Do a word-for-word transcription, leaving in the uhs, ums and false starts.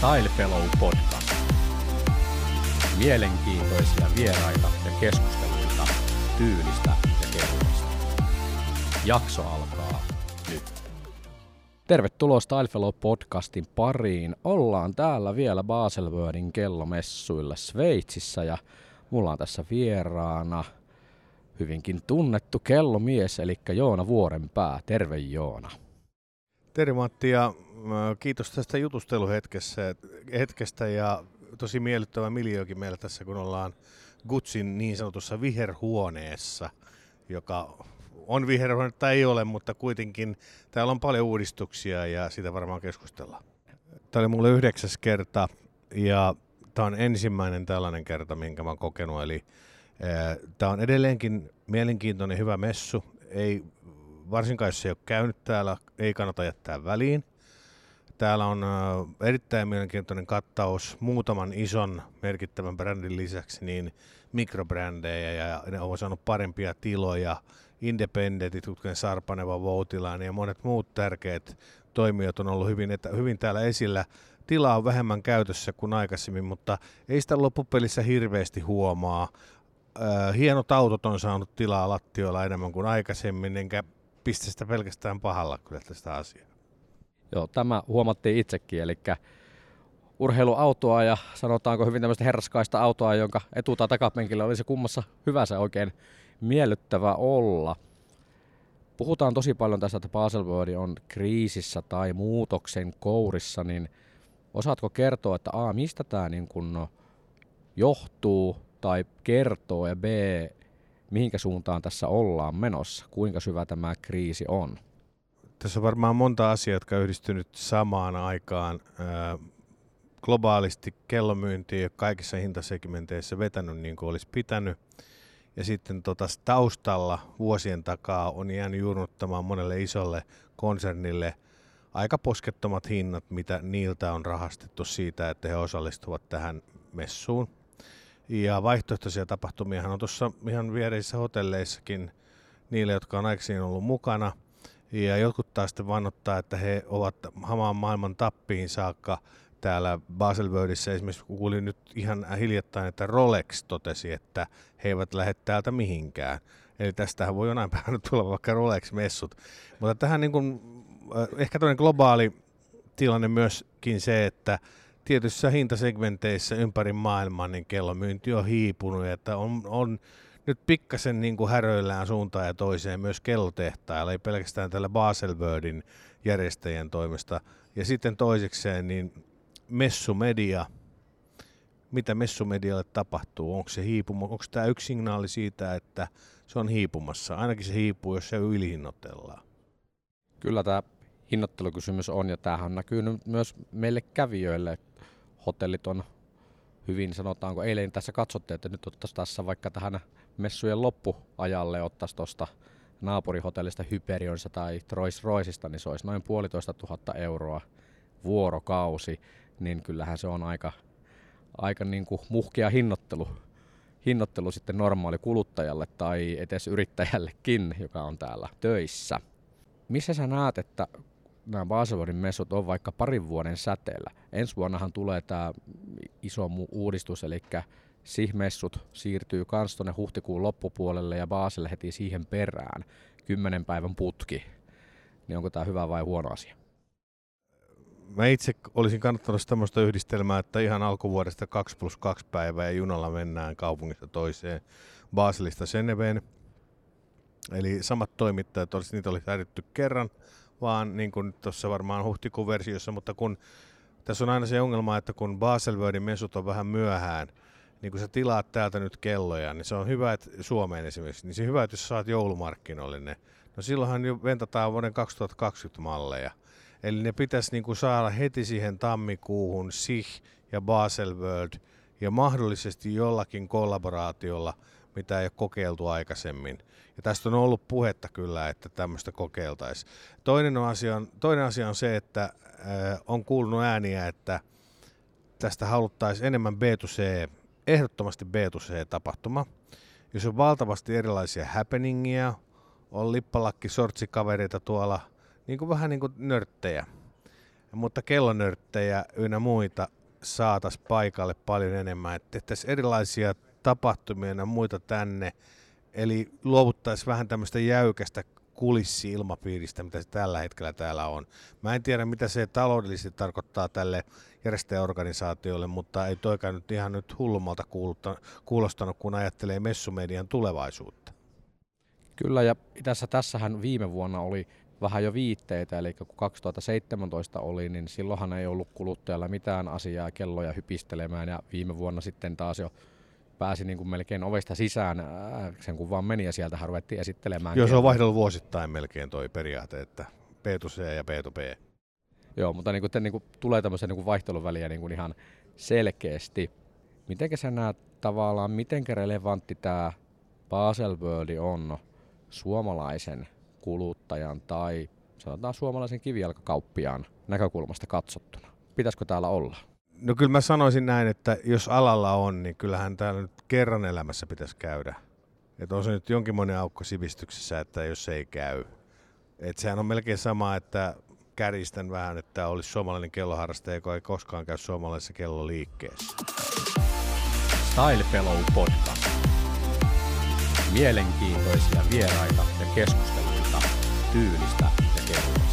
Style Fellow Podcast. Mielenkiintoisia vieraita ja keskusteluita tyylistä ja kehuista. Jakso alkaa nyt. Tervetuloa Style Fellow Podcastin pariin. Ollaan täällä vielä Baselworldin kellomessuilla Sveitsissä ja mulla on tässä vieraana hyvinkin tunnettu kellomies, eli Joona Vuorenpää. Terve Joona. Terve Matti ja kiitos tästä jutusteluhetkestä ja tosi miellyttävä miljöökin meillä tässä, kun ollaan Gucciin niin sanotussa viherhuoneessa, joka on viherhuone tai ei ole, mutta kuitenkin täällä on paljon uudistuksia ja siitä varmaan keskustellaan. Tämä oli mulle yhdeksäs kerta ja tämä on ensimmäinen tällainen kerta, minkä mä oon kokenut, eli tämä on edelleenkin mielenkiintoinen hyvä messu, ei varsinkaan jos ei ole käynyt täällä, ei kannata jättää väliin. Täällä on erittäin mielenkiintoinen kattaus muutaman ison merkittävän brändin lisäksi niin mikrobrändejä ja ne on saanut parempia tiloja, independentit, kuten Sarpaneva, Voutilainen ja monet muut tärkeät toimijat on ollut hyvin, että, hyvin täällä esillä. Tilaa on vähemmän käytössä kuin aikaisemmin, mutta ei sitä loppupelissä hirveästi huomaa. Äh, hienot autot on saanut tilaa lattioilla enemmän kuin aikaisemmin, enkä pistä sitä pelkästään pahalla kyllä tästä asiaa. Joo, tämä huomattiin itsekin, eli urheiluautoa ja sanotaanko hyvin tämmöistä herraskaista autoa, jonka etu- tai takapenkillä olisi kummassa hyvänsä oikein miellyttävä olla. Puhutaan tosi paljon tästä, että Baselworld on kriisissä tai muutoksen kourissa, niin osaatko kertoa, että A, mistä tämä niin kun johtuu tai kertoo ja B, mihinkä suuntaan tässä ollaan menossa, kuinka syvä tämä kriisi on? Tässä on varmaan monta asiaa, jotka on yhdistynyt samaan aikaan. Ää, globaalisti kellomyynti ja kaikissa hintasegmenteissä vetänyt niin kuin olisi pitänyt. Ja sitten tota, taustalla vuosien takaa on jäänyt juurnuttamaan monelle isolle konsernille aika poskettomat hinnat, mitä niiltä on rahastettu siitä, että he osallistuvat tähän messuun. Ja vaihtoehtoisia tapahtumiahan on tuossa ihan viereisissä hotelleissakin niille, jotka on aikaisemmin ollut mukana. Ja jotkut taas sitten vannottaa, että he ovat hamaan maailman tappiin saakka täällä Baselworldissa. Esimerkiksi kuulin nyt ihan hiljattain, että Rolex totesi, että he eivät lähde täältä mihinkään. Eli tästähän voi jonain päivänä tulla vaikka Rolex-messut. Mutta tähän niin kuin, ehkä toinen globaali tilanne myöskin se, että tietyissä hintasegmenteissä ympäri maailmaa niin kellomyynti on hiipunut, että on, on nyt pikkasen niin kuin häröillään suuntaan ja toiseen myös kellotehtailla, ei pelkästään tällä Baselworldin järjestäjien toimesta. Ja sitten toisekseen niin messumedia, mitä messumedialle tapahtuu, onko se hiipuma, onko tämä yksi signaali siitä, että se on hiipumassa, ainakin se hiipuu, jos se ylihinnoitellaan. Kyllä tämä hinnoittelukysymys on, ja tämähän on näkynyt myös meille kävijöille. Hotellit on hyvin, sanotaanko, eilen tässä katsottiin, että nyt ottaisiin tässä vaikka tähän messujen loppuajalle, ottaisiin tuosta naapurihotellista Hyperionsa tai Rolls-Roycesta, niin se olisi noin puolitoista tuhatta euroa vuorokausi, niin kyllähän se on aika, aika niin kuin muhkea hinnoittelu, hinnoittelu sitten normaali kuluttajalle tai edes yrittäjällekin, joka on täällä töissä. Missä sä näet, että nämä Baselworldin messut on vaikka parin vuoden säteellä? Ensi vuonnahan tulee tämä iso uudistus, eli S I H-messut siirtyy kans tuonne huhtikuun loppupuolelle ja Basel heti siihen perään. Kymmenen päivän putki. Niin onko tämä hyvä vai huono asia? Mä itse olisin kannattanut tämmöistä yhdistelmää, että ihan alkuvuodesta kaksi plus kaksi päivää ja junalla mennään kaupungista toiseen Baselista Geneveen. Eli samat toimittajat, olisi, niitä olisi häiritty kerran, vaan niin kuin tuossa varmaan huhtikuun versiossa, mutta kun tässä on aina se ongelma, että kun Baselworldin messut on vähän myöhään, niin kun sä tilaat täältä nyt kelloja, niin se on hyvä, että Suomeen esimerkiksi, niin se on hyvä, että jos saat joulumarkkinoille ne. No silloinhan jo ventataan vuoden kaksituhattakaksikymmentä malleja. Eli ne pitäisi niin kuin saada heti siihen tammikuuhun S I H ja Baselworld ja mahdollisesti jollakin kollaboraatiolla, mitä ei ole kokeiltu aikaisemmin. Ja tästä on ollut puhetta kyllä, että tämmöistä kokeiltaisiin. Toinen asia on, toinen asia on se, että äh, on kuulunut ääniä, että tästä haluttaisiin enemmän B to C, ehdottomasti B to C-tapahtuma. Jos on valtavasti erilaisia happeningia, on lippalakki sortsikavereita tuolla, niin kuin vähän niin kuin nörttejä. mutta kellonörttejä ynnä muita saataisiin paikalle paljon enemmän, että tehtäisiin erilaisia tapahtumia ja muita tänne, eli luovuttaisiin vähän tämmöistä jäykästä kulissi-ilmapiiristä, mitä se tällä hetkellä täällä on. Mä en tiedä, mitä se taloudellisesti tarkoittaa tälle järjestäjäorganisaatiolle, mutta ei toikaan nyt ihan nyt hullummalta kuulostanut, kun ajattelee messumedian tulevaisuutta. Kyllä, ja tässä, tässähän viime vuonna oli vähän jo viitteitä, eli kun kaksituhattaseitsemäntoista oli, niin silloinhan ei ollut kuluttajalla mitään asiaa kelloja hypistelemään, ja viime vuonna sitten taas jo pääsi niin kuin melkein ovesta sisään, sen kun vaan meni, ja sieltähän ruvettiin esittelemään. Joo, se on vaihdellut vuosittain melkein toi periaate, että B to C ja B to B. Joo, mutta niin kuin, te, niin kuin, tulee tämmöisiä niin kuin vaihteluväliä niin kuin ihan selkeästi. Mitenkä sä näet tavallaan, mitenkä relevantti tämä Basel World on suomalaisen kuluttajan tai sanotaan suomalaisen kivijalkakauppiaan näkökulmasta katsottuna? Pitäisikö täällä olla? No kyllä mä sanoisin näin, että jos alalla on, niin kyllähän täällä nyt kerran elämässä pitäisi käydä. Että on se nyt jonkinmoinen aukko sivistyksessä, että jos ei käy. Että sehän on melkein sama, että kärjistän vähän, että olisi suomalainen kelloharrastaja, joka ei koskaan käy suomalaisessa kelloliikkeessä. Style Fellow Podcast. Mielenkiintoisia vieraita ja keskusteluita tyylistä ja kelloa.